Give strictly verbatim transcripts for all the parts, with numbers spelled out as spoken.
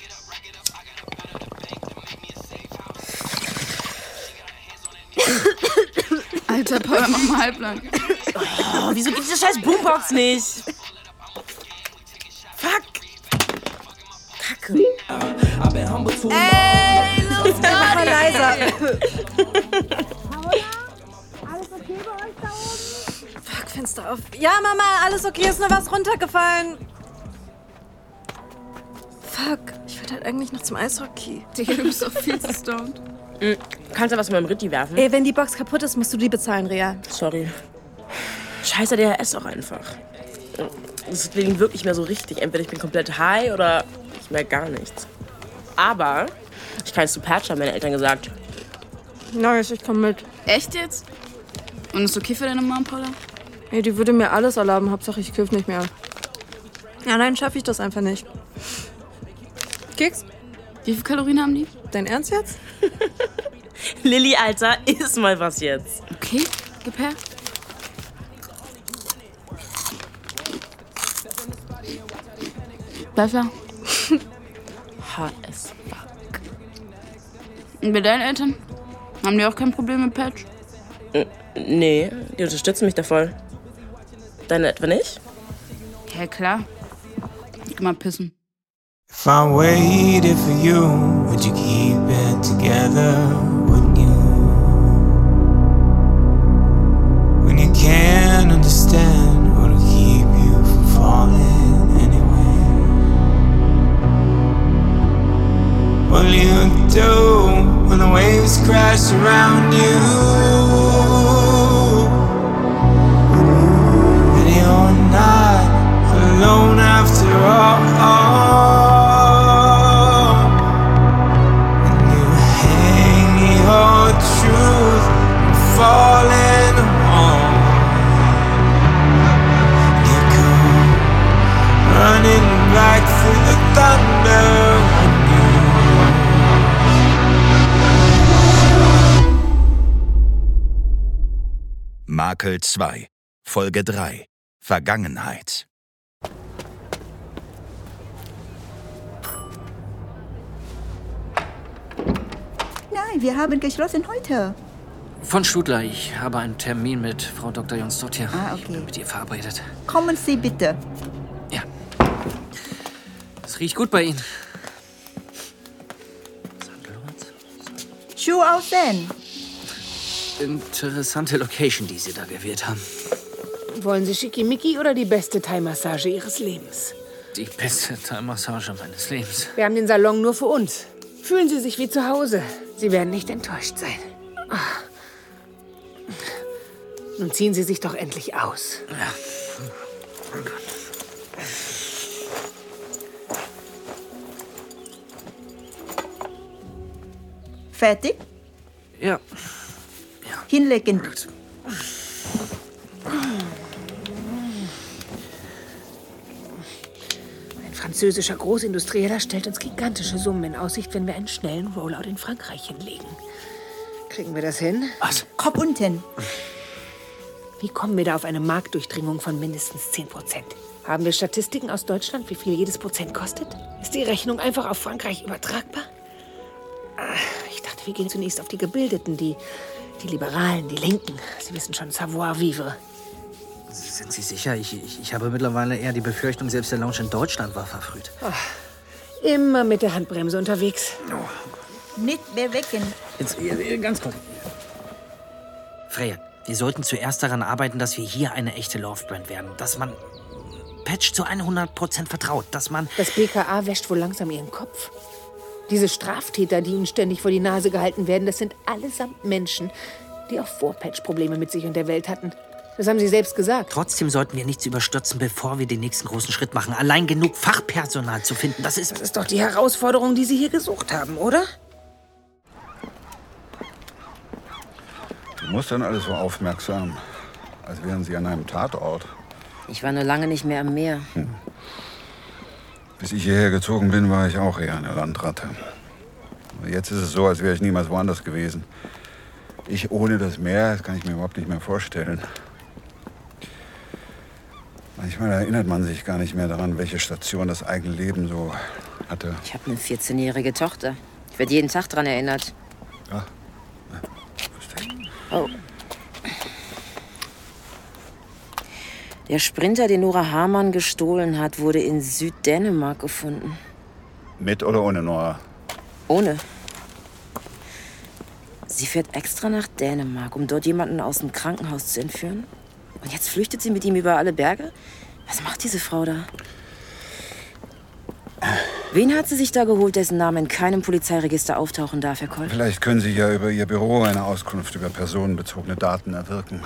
Alter, Paul, mach mal halblang. Oh, wieso gibt's die scheiß Boombox nicht? Fuck. Kacke. Ey, los, mach mal leiser. Alles okay bei euch da oben? Fuck, Fenster auf. Ja, Mama, alles okay, ist nur was runtergefallen. Fuck, ich will halt eigentlich noch zum Eishockey. Digga, du bist doch viel zu stoned. Mhm. Kannst du was mit meinem Ritti werfen? Ey, wenn die Box kaputt ist, musst du die bezahlen, Rea. Sorry. Scheiße, D H S auch einfach. Das klingt wirklich mehr so richtig. Entweder ich bin komplett high oder ich merke gar nichts. Aber ich kann es zu Patch, haben meine Eltern gesagt. Nice, ich komm mit. Echt jetzt? Und ist okay für deine Mom, Paula? Ey, die würde mir alles erlauben, Hauptsache ich kiff nicht mehr. Ja, nein, schaffe ich das einfach nicht. Keks? Wie viele Kalorien haben die? Dein Ernst jetzt? Lilly, Alter, iss mal was jetzt. Okay, gib her. Besser. Hart as fuck. Und bei deinen Eltern? Haben die auch kein Problem mit Patch? Nee, die unterstützen mich da voll. Deine etwa nicht? Ja, klar. Ich geh mal pissen. If I waited for you, would you keep it together, wouldn't you? When you can't understand what'll keep you from falling anyway. What'll you do when the waves crash around you? And you're not alone after all. Truth falling on. You come running back through the thunder. Makel zwei, Folge drei. Vergangenheit. Nein, wir haben geschlossen heute. Von Stutler. Ich habe einen Termin mit Frau Doktor Jonsdott hier. Ah, okay. Ich bin mit ihr verabredet. Kommen Sie bitte. Ja. Es riecht gut bei Ihnen. Schuhe aussehen. Interessante Location, die Sie da gewählt haben. Wollen Sie Schickimicki oder die beste Thai-Massage Ihres Lebens? Die beste Thai-Massage meines Lebens. Wir haben den Salon nur für uns. Fühlen Sie sich wie zu Hause. Sie werden nicht enttäuscht sein. Ach. Nun ziehen Sie sich doch endlich aus. Ja. Fertig? Ja. ja. Hinlegen. Ein französischer Großindustrieller stellt uns gigantische Summen in Aussicht, wenn wir einen schnellen Rollout in Frankreich hinlegen. Kriegen wir das hin? Was? Kopf unten. Wie kommen wir da auf eine Marktdurchdringung von mindestens zehn Prozent? Haben wir Statistiken aus Deutschland, wie viel jedes Prozent kostet? Ist die Rechnung einfach auf Frankreich übertragbar? Ich dachte, wir gehen zunächst auf die Gebildeten, die, die Liberalen, die Linken. Sie wissen schon, savoir-vivre. Sind Sie sicher? Ich, ich, ich habe mittlerweile eher die Befürchtung, selbst der Lounge in Deutschland war verfrüht. Ach, immer mit der Handbremse unterwegs. Oh. Nicht bewegen. Jetzt ganz kurz. Freya, wir sollten zuerst daran arbeiten, dass wir hier eine echte Love-Brand werden. Dass man Patch zu hundert Prozent vertraut. Dass man... Das B K A wäscht wohl langsam ihren Kopf. Diese Straftäter, die ihnen ständig vor die Nase gehalten werden, das sind allesamt Menschen, die auch vor Patch Probleme mit sich und der Welt hatten. Das haben sie selbst gesagt. Trotzdem sollten wir nichts überstürzen, bevor wir den nächsten großen Schritt machen. Allein genug Fachpersonal zu finden, das ist... Das ist doch die Herausforderung, die Sie hier gesucht haben, oder? Du musst dann alles so aufmerksam, als wären Sie an einem Tatort. Ich war nur lange nicht mehr am Meer. Hm. Bis ich hierher gezogen bin, war ich auch eher eine Landratte. Aber jetzt ist es so, als wäre ich niemals woanders gewesen. Ich ohne das Meer, das kann ich mir überhaupt nicht mehr vorstellen. Manchmal erinnert man sich gar nicht mehr daran, welche Station das eigene Leben so hatte. Ich habe eine vierzehnjährige Tochter. Ich werde jeden Tag daran erinnert. Ja, ja, verstehe. Oh. Der Sprinter, den Nora Hamann gestohlen hat, wurde in Süddänemark gefunden. Mit oder ohne Nora? Ohne. Sie fährt extra nach Dänemark, um dort jemanden aus dem Krankenhaus zu entführen. Und jetzt flüchtet sie mit ihm über alle Berge? Was macht diese Frau da? Wen hat sie sich da geholt, dessen Name in keinem Polizeiregister auftauchen darf, Herr Koll? Vielleicht können Sie ja über Ihr Büro eine Auskunft über personenbezogene Daten erwirken.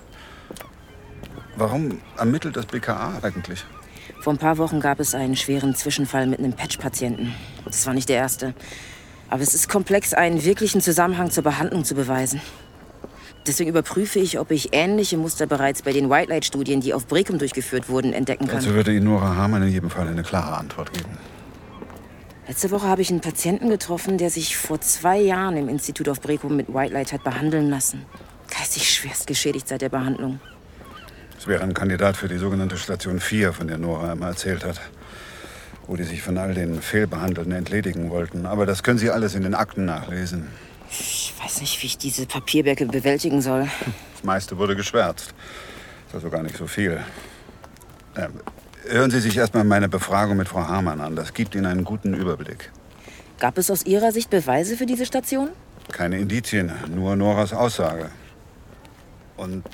Warum ermittelt das B K A eigentlich? Vor ein paar Wochen gab es einen schweren Zwischenfall mit einem Patch-Patienten. Das war nicht der erste. Aber es ist komplex, einen wirklichen Zusammenhang zur Behandlung zu beweisen. Deswegen überprüfe ich, ob ich ähnliche Muster bereits bei den White Light-Studien, die auf Brecum durchgeführt wurden, entdecken kann. Also würde Ihnen Nora Hamann in jedem Fall eine klare Antwort geben. Letzte Woche habe ich einen Patienten getroffen, der sich vor zwei Jahren im Institut auf Brecum mit White Light hat behandeln lassen. Geistig schwerst geschädigt seit der Behandlung. Es wäre ein Kandidat für die sogenannte Station vier, von der Nora immer erzählt hat. Wo die sich von all den Fehlbehandelten entledigen wollten. Aber das können Sie alles in den Akten nachlesen. Ich weiß nicht, wie ich diese Papierberge bewältigen soll. Das meiste wurde geschwärzt. Das ist also gar nicht so viel. Ähm, hören Sie sich erst mal meine Befragung mit Frau Hamann an. Das gibt Ihnen einen guten Überblick. Gab es aus Ihrer Sicht Beweise für diese Station? Keine Indizien, nur Noras Aussage. Und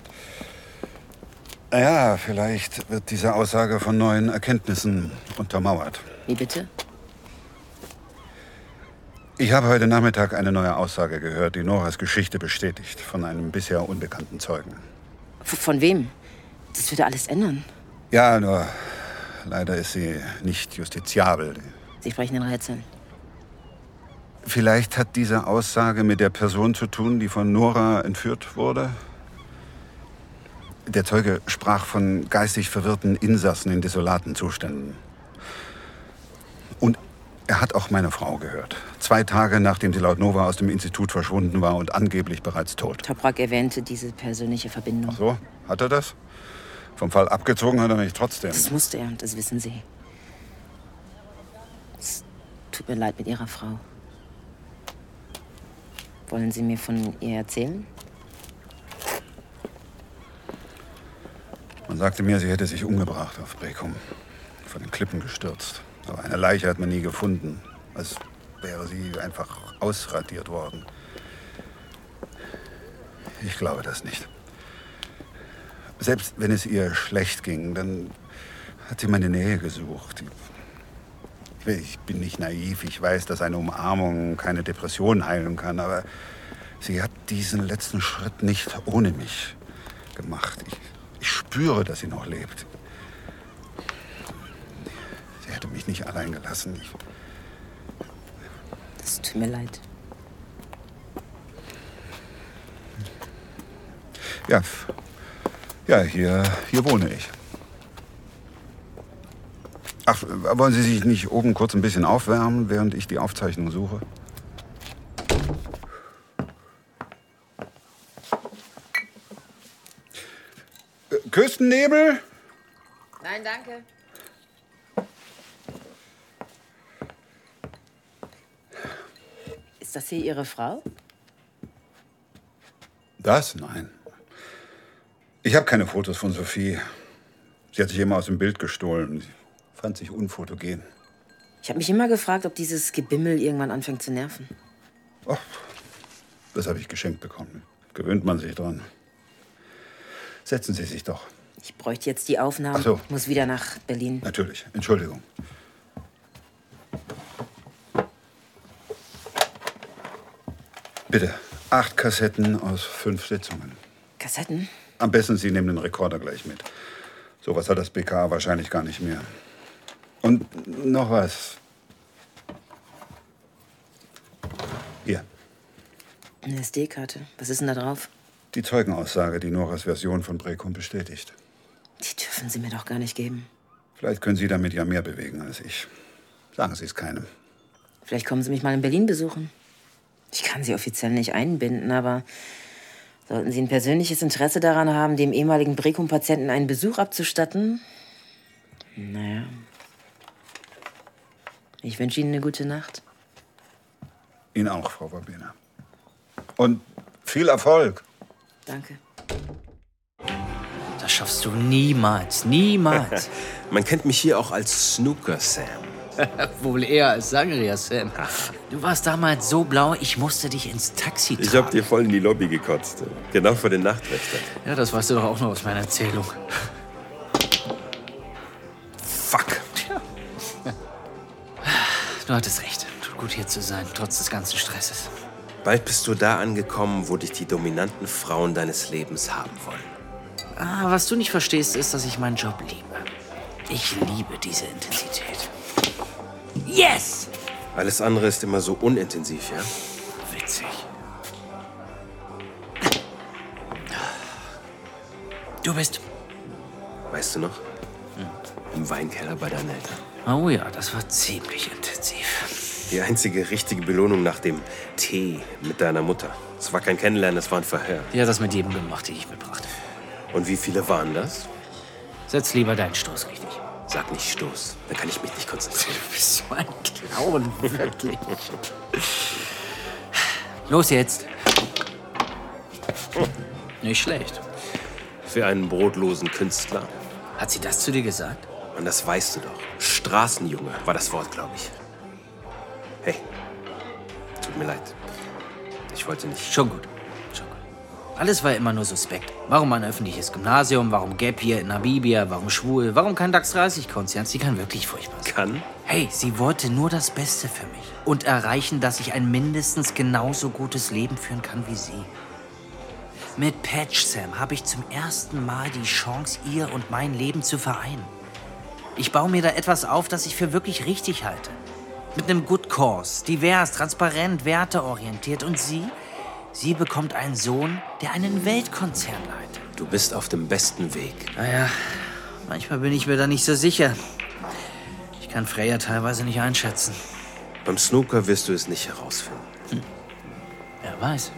naja, vielleicht wird diese Aussage von neuen Erkenntnissen untermauert. Wie bitte? Ich habe heute Nachmittag eine neue Aussage gehört, die Noras Geschichte bestätigt, von einem bisher unbekannten Zeugen. V- Von wem? Das würde alles ändern. Ja, nur leider ist sie nicht justiziabel. Sie sprechen in Rätseln. Vielleicht hat diese Aussage mit der Person zu tun, die von Nora entführt wurde? Der Zeuge sprach von geistig verwirrten Insassen in desolaten Zuständen. Und er hat auch meine Frau gehört. Zwei Tage nachdem sie laut Nova aus dem Institut verschwunden war und angeblich bereits tot. Toprak erwähnte diese persönliche Verbindung. Ach so, hat er das? Vom Fall abgezogen hat er mich trotzdem. Das musste er, das wissen Sie. Es tut mir leid mit Ihrer Frau. Wollen Sie mir von ihr erzählen? Man sagte mir, sie hätte sich umgebracht auf Brecum. Von den Klippen gestürzt. Aber eine Leiche hat man nie gefunden. Als wäre sie einfach ausradiert worden. Ich glaube das nicht. Selbst wenn es ihr schlecht ging, dann hat sie meine Nähe gesucht. Ich bin nicht naiv. Ich weiß, dass eine Umarmung keine Depression heilen kann. Aber sie hat diesen letzten Schritt nicht ohne mich gemacht. Ich Ich spüre, dass sie noch lebt. Sie hätte mich nicht allein gelassen. Ich Das tut mir leid. ja, ja hier, hier wohne ich. Ach, wollen Sie sich nicht oben kurz ein bisschen aufwärmen, während ich die Aufzeichnung suche? Küstennebel? Nein, danke. Ist das hier Ihre Frau? Das? Nein. Ich habe keine Fotos von Sophie. Sie hat sich immer aus dem Bild gestohlen. Sie fand sich unfotogen. Ich habe mich immer gefragt, ob dieses Gebimmel irgendwann anfängt zu nerven. Oh, das habe ich geschenkt bekommen. Gewöhnt man sich dran. Setzen Sie sich doch. Ich bräuchte jetzt die Aufnahmen. Ach so. Muss wieder nach Berlin. Natürlich. Entschuldigung. Bitte. Acht Kassetten aus fünf Sitzungen. Kassetten? Am besten, Sie nehmen den Rekorder gleich mit. Sowas hat das B K A wahrscheinlich gar nicht mehr. Und noch was. Hier. Eine S D-Karte. Was ist denn da drauf? Die Zeugenaussage, die Noras Version von Brecum bestätigt. Die dürfen Sie mir doch gar nicht geben. Vielleicht können Sie damit ja mehr bewegen als ich. Sagen Sie es keinem. Vielleicht kommen Sie mich mal in Berlin besuchen. Ich kann Sie offiziell nicht einbinden, aber sollten Sie ein persönliches Interesse daran haben, dem ehemaligen Brecum-Patienten einen Besuch abzustatten? Naja. Ich wünsche Ihnen eine gute Nacht. Ihnen auch, Frau Verbena. Und viel Erfolg. Danke. Das schaffst du niemals, niemals. Man kennt mich hier auch als Snooker Sam. Wohl eher als Sangria Sam. Du warst damals so blau, ich musste dich ins Taxi tragen. Ich hab dir voll in die Lobby gekotzt. Genau vor den Nachtwächtern. Ja, das weißt du doch auch noch aus meiner Erzählung. Fuck. Du hattest recht. Tut gut, hier zu sein, trotz des ganzen Stresses. Bald bist du da angekommen, wo dich die dominanten Frauen deines Lebens haben wollen. Ah, was du nicht verstehst, ist, dass ich meinen Job liebe. Ich liebe diese Intensität. Yes! Alles andere ist immer so unintensiv, ja? Witzig. Du bist... Weißt du noch? Hm. Im Weinkeller bei deinen Eltern. Oh ja, das war ziemlich intensiv. Die einzige richtige Belohnung nach dem Tee mit deiner Mutter. Es war kein Kennenlernen, es war ein Verhör. Die hat das mit jedem gemacht, den ich mitbrachte. Und wie viele waren das? Setz lieber deinen Stoß richtig. Sag nicht Stoß, dann kann ich mich nicht konzentrieren. Du bist so ein Clown, wirklich. Los jetzt. Nicht schlecht. Für einen brotlosen Künstler. Hat sie das zu dir gesagt? Und das weißt du doch. Straßenjunge war das Wort, glaube ich. Hey, tut mir leid. Ich wollte nicht... Schon gut. Schon gut. Alles war immer nur suspekt. Warum ein öffentliches Gymnasium? Warum Gap hier in Namibia? Warum schwul? Warum kein DAX dreißig Konzern? Sie kann wirklich furchtbar sein. Kann? Hey, sie wollte nur das Beste für mich. Und erreichen, dass ich ein mindestens genauso gutes Leben führen kann wie sie. Mit Patch Sam habe ich zum ersten Mal die Chance, ihr und mein Leben zu vereinen. Ich baue mir da etwas auf, das ich für wirklich richtig halte. Mit einem Good Cause, divers, transparent, werteorientiert. Und sie? Sie bekommt einen Sohn, der einen Weltkonzern leitet. Du bist auf dem besten Weg. Naja, manchmal bin ich mir da nicht so sicher. Ich kann Freya teilweise nicht einschätzen. Beim Snooker wirst du es nicht herausfinden. Hm. Wer weiß.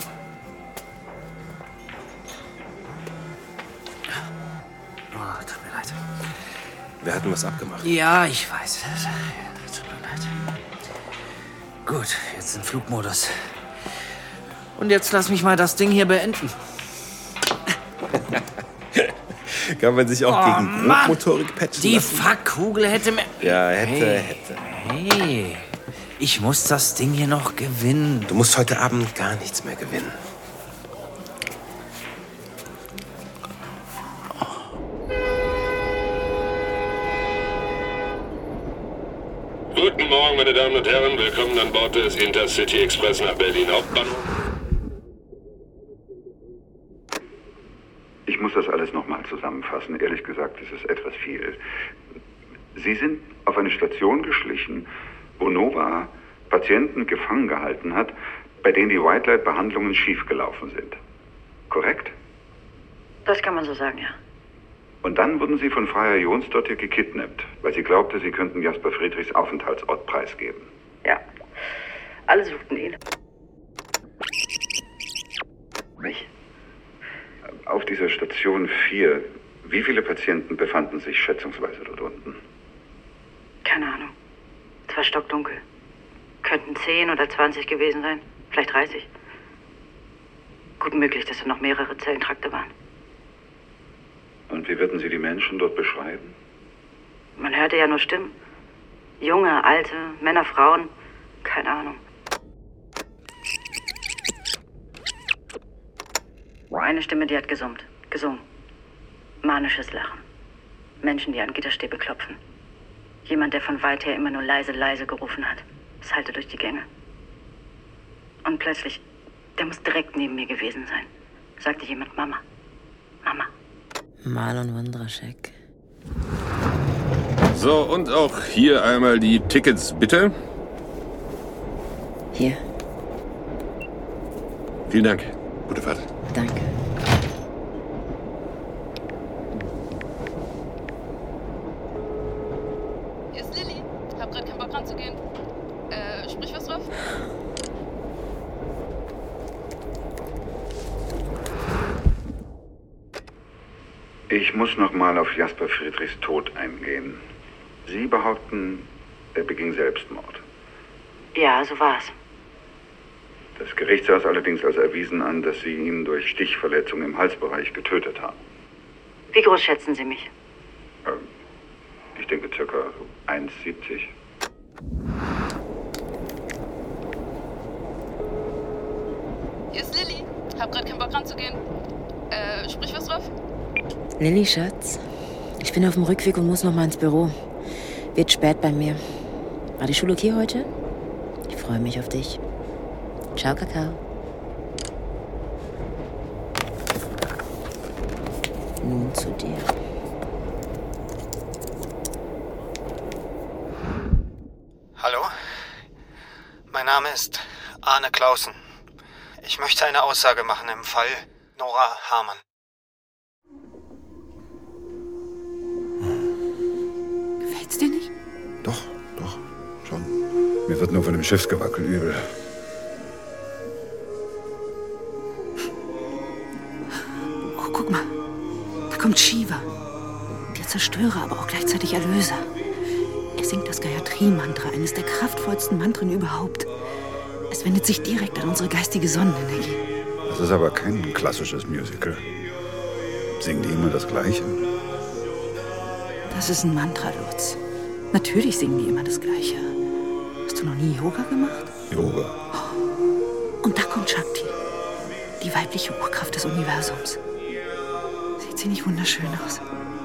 Oh, tut mir leid. Wir hatten was abgemacht. Ja, ich weiß. Tut mir leid. Gut, jetzt in Flugmodus. Und jetzt lass mich mal das Ding hier beenden. Kann man sich auch oh, gegen Grobmotorik patchen Die lassen? Fuckkugel hätte mir... Ja, hätte, hey, hätte. Hey, ich muss das Ding hier noch gewinnen. Du musst heute Abend gar nichts mehr gewinnen. Guten Morgen, meine Damen und Herren. Willkommen an Bord des Intercity Express nach Berlin Hauptbahnhof. Ich muss das alles nochmal zusammenfassen. Ehrlich gesagt, es ist etwas viel. Sie sind auf eine Station geschlichen, wo Nova Patienten gefangen gehalten hat, bei denen die White Light Behandlungen schiefgelaufen sind. Korrekt? Das kann man so sagen, ja. Und dann wurden Sie von Freier Jonsdottir gekidnappt, weil sie glaubte, Sie könnten Jasper Friedrichs Aufenthaltsort preisgeben. Ja. Alle suchten ihn. Mich. Auf dieser Station vier, wie viele Patienten befanden sich schätzungsweise dort unten? Keine Ahnung. Es war stockdunkel. Könnten zehn oder zwanzig gewesen sein. Vielleicht dreißig. Gut möglich, dass da noch mehrere Zellentrakte waren. Und wie würden Sie die Menschen dort beschreiben? Man hörte ja nur Stimmen. Junge, alte, Männer, Frauen. Keine Ahnung. Eine Stimme, die hat gesummt. Gesungen. Manisches Lachen. Menschen, die an Gitterstäbe klopfen. Jemand, der von weit her immer nur leise, leise gerufen hat. Es hallte durch die Gänge. Und plötzlich, der muss direkt neben mir gewesen sein, sagte jemand Mama. Mama. Marlon Wondraschek. So, und auch hier einmal die Tickets, bitte. Hier. Vielen Dank. Gute Fahrt. Danke. Hier ist Lilly. Hab grad keinen Bock ranzugehen. Äh, sprich was drauf? Ich muss noch mal auf Jasper Friedrichs Tod eingehen. Sie behaupten, Er beging Selbstmord. Ja, so war's. Das Gericht sah es allerdings als erwiesen an, dass Sie ihn durch Stichverletzung im Halsbereich getötet haben. Wie groß schätzen Sie mich? Ähm, ich denke circa eins Komma siebzig. Hier ist Lilly. Hab grad keinen Bock ranzugehen. Äh, sprich was drauf? Lilly, Schatz. Ich bin auf dem Rückweg und muss noch mal ins Büro. Wird spät bei mir. War die Schule okay heute? Ich freue mich auf dich. Ciao, Kakao. Nun zu dir. Hallo? Mein Name ist Arne Clausen. Ich möchte eine Aussage machen im Fall Nora Hamann. Gefällt's dir nicht? Doch, doch, schon. Mir wird nur von dem Schiffsgewackel übel. Oh, guck mal. Da kommt Shiva. Der Zerstörer, aber auch gleichzeitig Erlöser. Er singt das Gayatri-Mantra, eines der kraftvollsten Mantren überhaupt. Es wendet sich direkt an unsere geistige Sonnenenergie. Das ist aber kein klassisches Musical. Singen die immer das Gleiche? Das ist ein Mantra, Lutz. Natürlich singen die immer das Gleiche. Hast du noch nie Yoga gemacht? Yoga. Und da kommt Shakti, die weibliche Urkraft des Universums. Sieht sie nicht wunderschön aus?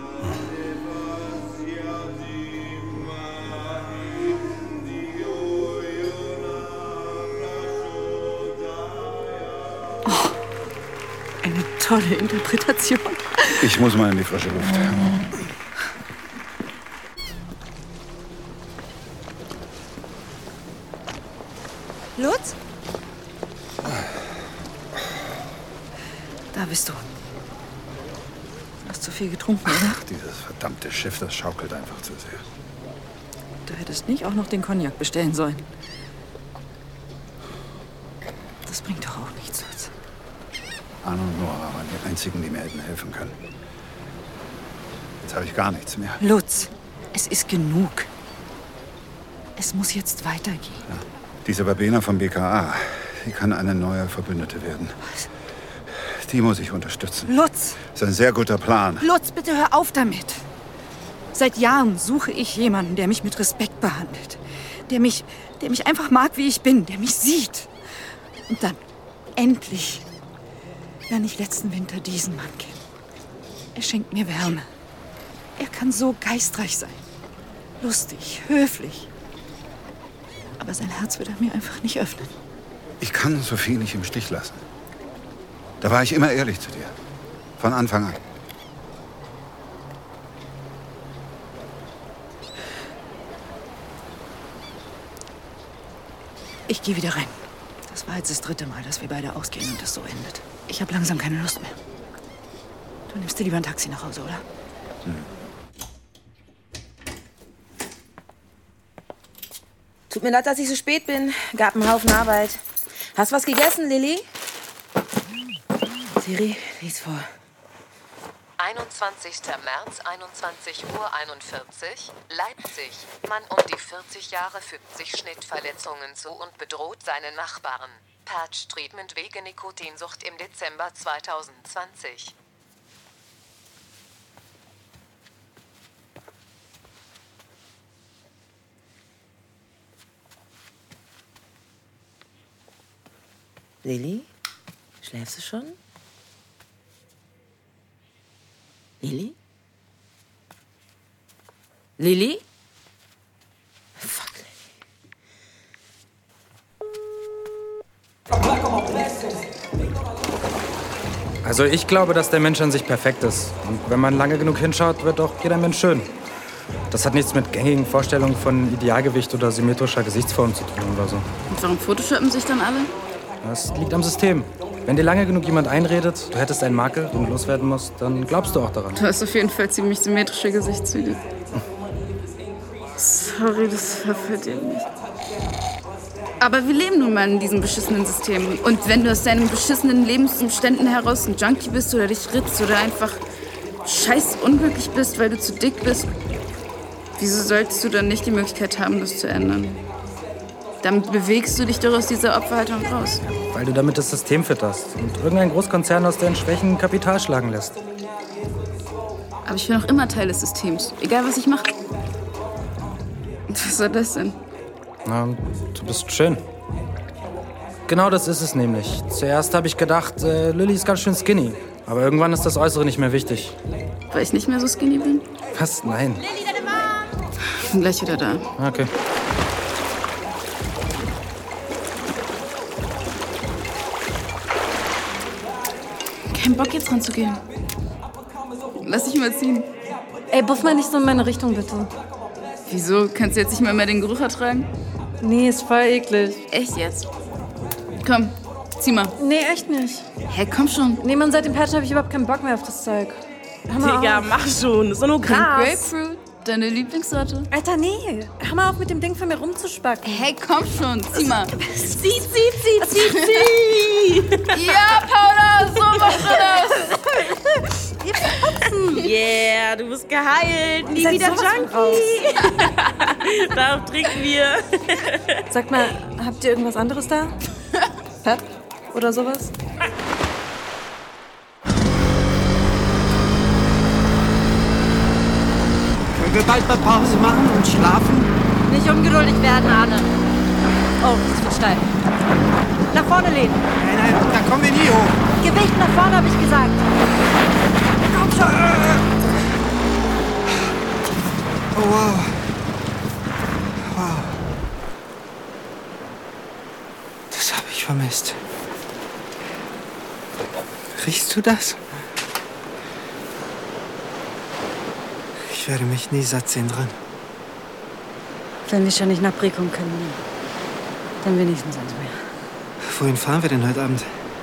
Oh, eine tolle Interpretation. Ich muss mal in die frische Luft. Lutz? Da bist du. Hast zu viel getrunken, oder? Ach, dieses verdammte Schiff, das schaukelt einfach zu sehr. Du hättest nicht auch noch den Cognac bestellen sollen. Das bringt doch auch nichts, Lutz. Arne und Nora waren die einzigen, die mir hätten helfen können. Jetzt habe ich gar nichts mehr. Lutz, es ist genug. Es muss jetzt weitergehen. Ja. Diese Verbena vom B K A, die kann eine neue Verbündete werden. Was? Die muss ich unterstützen. Lutz! Das ist ein sehr guter Plan. Lutz, bitte hör auf damit. Seit Jahren suche ich jemanden, der mich mit Respekt behandelt. Der mich, der mich einfach mag, wie ich bin. Der mich sieht. Und dann, endlich, lerne ich letzten Winter diesen Mann kennen. Er schenkt mir Wärme. Er kann so geistreich sein. Lustig, höflich. Aber sein Herz wird er mir einfach nicht öffnen. Ich kann Sophie nicht im Stich lassen. Da war ich immer ehrlich zu dir. Von Anfang an. Ich gehe wieder rein. Das war jetzt das dritte Mal, dass wir beide ausgehen und das so endet. Ich habe langsam keine Lust mehr. Du nimmst dir lieber ein Taxi nach Hause, oder? Hm. Tut mir leid, dass ich so spät bin. Gab einen Haufen Arbeit. Hast was gegessen, Lilly? Siri, lies vor. einundzwanzigster März, einundzwanzig Uhr einundvierzig, Leipzig. Mann um die vierzig Jahre fügt sich Schnittverletzungen zu und bedroht seine Nachbarn. Patch-Treatment wegen Nikotinsucht im Dezember zweitausendzwanzig. Lilly? Schläfst du schon? Lilly? Lilly? Fuck, Also ich glaube, dass der Mensch an sich perfekt ist. Und wenn man lange genug hinschaut, wird auch jeder Mensch schön. Das hat nichts mit gängigen Vorstellungen von Idealgewicht oder symmetrischer Gesichtsform zu tun oder so. Und warum photoshoppen sich dann alle? Das liegt am System. Wenn dir lange genug jemand einredet, du hättest einen Makel, den du loswerden musst, dann glaubst du auch daran. Du hast auf jeden Fall ziemlich symmetrische Gesichtszüge. Sorry, das verfällt dir nicht. Aber wir leben nun mal in diesem beschissenen System. Und wenn du aus deinen beschissenen Lebensumständen heraus ein Junkie bist oder dich ritzt oder einfach scheiß unglücklich bist, weil du zu dick bist, Wieso solltest du dann nicht die Möglichkeit haben, das zu ändern? Damit bewegst du dich doch aus dieser Opferhaltung raus. Weil du damit das System fütterst und irgendein Großkonzern aus deinen Schwächen Kapital schlagen lässt. Aber ich bin auch immer Teil des Systems, egal was ich mache. Was soll das denn? Na, du bist schön. Genau das ist es nämlich. Zuerst habe ich gedacht, äh, Lilly ist ganz schön skinny. Aber irgendwann ist das Äußere nicht mehr wichtig. Weil ich nicht mehr so skinny bin? Was? Nein. Ich bin gleich wieder da. Okay. Kein Bock jetzt dran zu gehen. Lass dich mal ziehen. Ey, buff mal nicht so in meine Richtung, bitte. Wieso? Kannst du jetzt nicht mal mehr den Geruch ertragen? Nee, ist voll eklig. Echt jetzt? Komm, zieh mal. Nee, echt nicht. Hä, komm schon. Nee, Mann, seit dem Patch habe ich überhaupt keinen Bock mehr auf das Zeug. Hör mal Digga, auf. mach schon. Das ist doch nur Pink Gras. Grapefruit? Deine Lieblingssorte? Alter, nee. Hör mal auf, mit dem Ding von mir rumzuspacken. Hey, komm schon. Zieh mal. Zieh, zieh, zieh, zieh, zieh. Ja, Paula, so machst du das. Yeah, du bist geheilt. Nie Seid wieder sowas von Junkie. Darauf trinken wir. Sag mal, habt ihr irgendwas anderes da? Pep? Oder sowas? Können wir bald mal Pause machen und schlafen? Nicht ungeduldig werden, Arne. Oh, das wird steil. Nach vorne lehnen. Nein, nein, da kommen wir nie hoch. Gewicht nach vorne, habe ich gesagt. Komm schon. Oh, wow. Wow. Das habe ich vermisst. Riechst du das? Ich werde mich nie satt sehen dran. Wenn wir schon nicht nach Brecum können, dann wenigstens ans Meer. Wohin fahren wir denn heute Abend?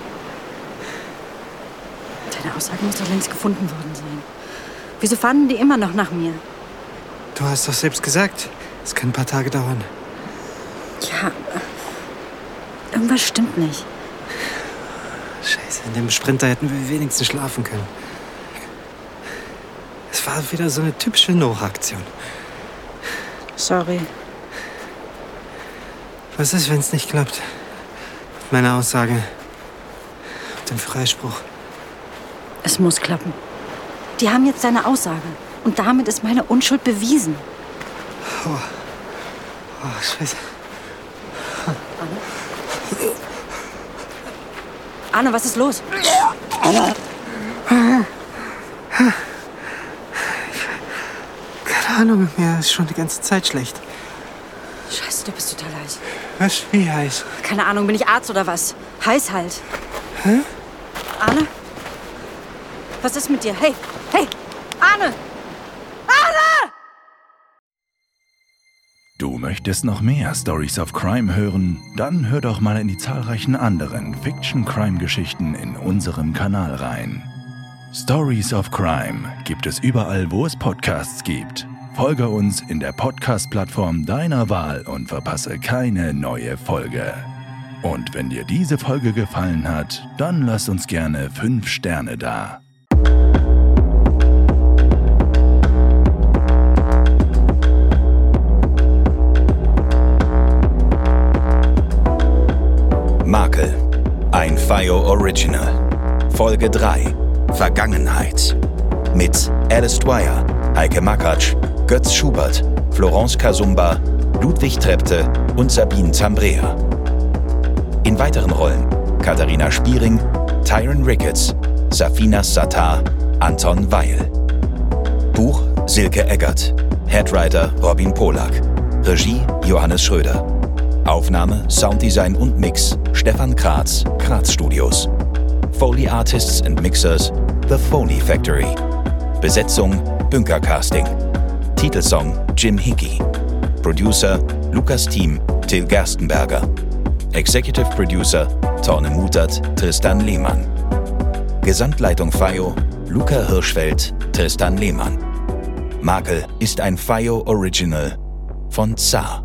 Deine Aussage muss doch längst gefunden worden sein. Wieso fanden die immer noch nach mir? Du hast doch selbst gesagt, es kann ein paar Tage dauern. Ja, irgendwas stimmt nicht. Scheiße, in dem Sprinter hätten wir wenigstens schlafen können. Es war wieder so eine typische Nora-Aktion. Sorry. Was ist, wenn es nicht klappt? Mit meiner Aussage. Mit dem Freispruch. Es muss klappen. Die haben jetzt deine Aussage. Und damit ist meine Unschuld bewiesen. Oh, oh Scheiße. Arne, was ist los? Keine Ahnung, mir ist schon die ganze Zeit schlecht. Scheiße, du bist total heiß. Was? Wie heiß? Keine Ahnung, bin ich Arzt oder was? Heiß halt. Hä? Arne? Was ist mit dir? Hey, hey, Arne! Arne! Du möchtest noch mehr Stories of Crime hören? Dann hör doch mal in die zahlreichen anderen Fiction-Crime-Geschichten in unserem Kanal rein. Stories of Crime gibt es überall, wo es Podcasts gibt. Folge uns in der Podcast-Plattform deiner Wahl und verpasse keine neue Folge. Und wenn dir diese Folge gefallen hat, dann lass uns gerne fünf Sterne da. Makel, ein Fio Original. Folge drei, Vergangenheit. Mit Alice Dwyer, Heike Makatsch, Götz Schubert, Florence Kasumba, Ludwig Trepte und Sabine Zambrea. In weiteren Rollen Katharina Spiering, Tyron Ricketts, Safinas Sattar, Anton Weil. Buch Silke Eggert, Headwriter Robin Polak, Regie Johannes Schröder. Aufnahme, Sounddesign und Mix Stefan Kratz, Kratz Studios. Foley Artists and Mixers, The Foley Factory. Besetzung Bünker Casting. Titelsong Jim Hickey. Producer Lukas Thiem, Till Gerstenberger. Executive Producer Torne Mutert, Tristan Lehmann. Gesamtleitung Fio Luca Hirschfeld, Tristan Lehmann. Makel ist ein Fio Original von Zar.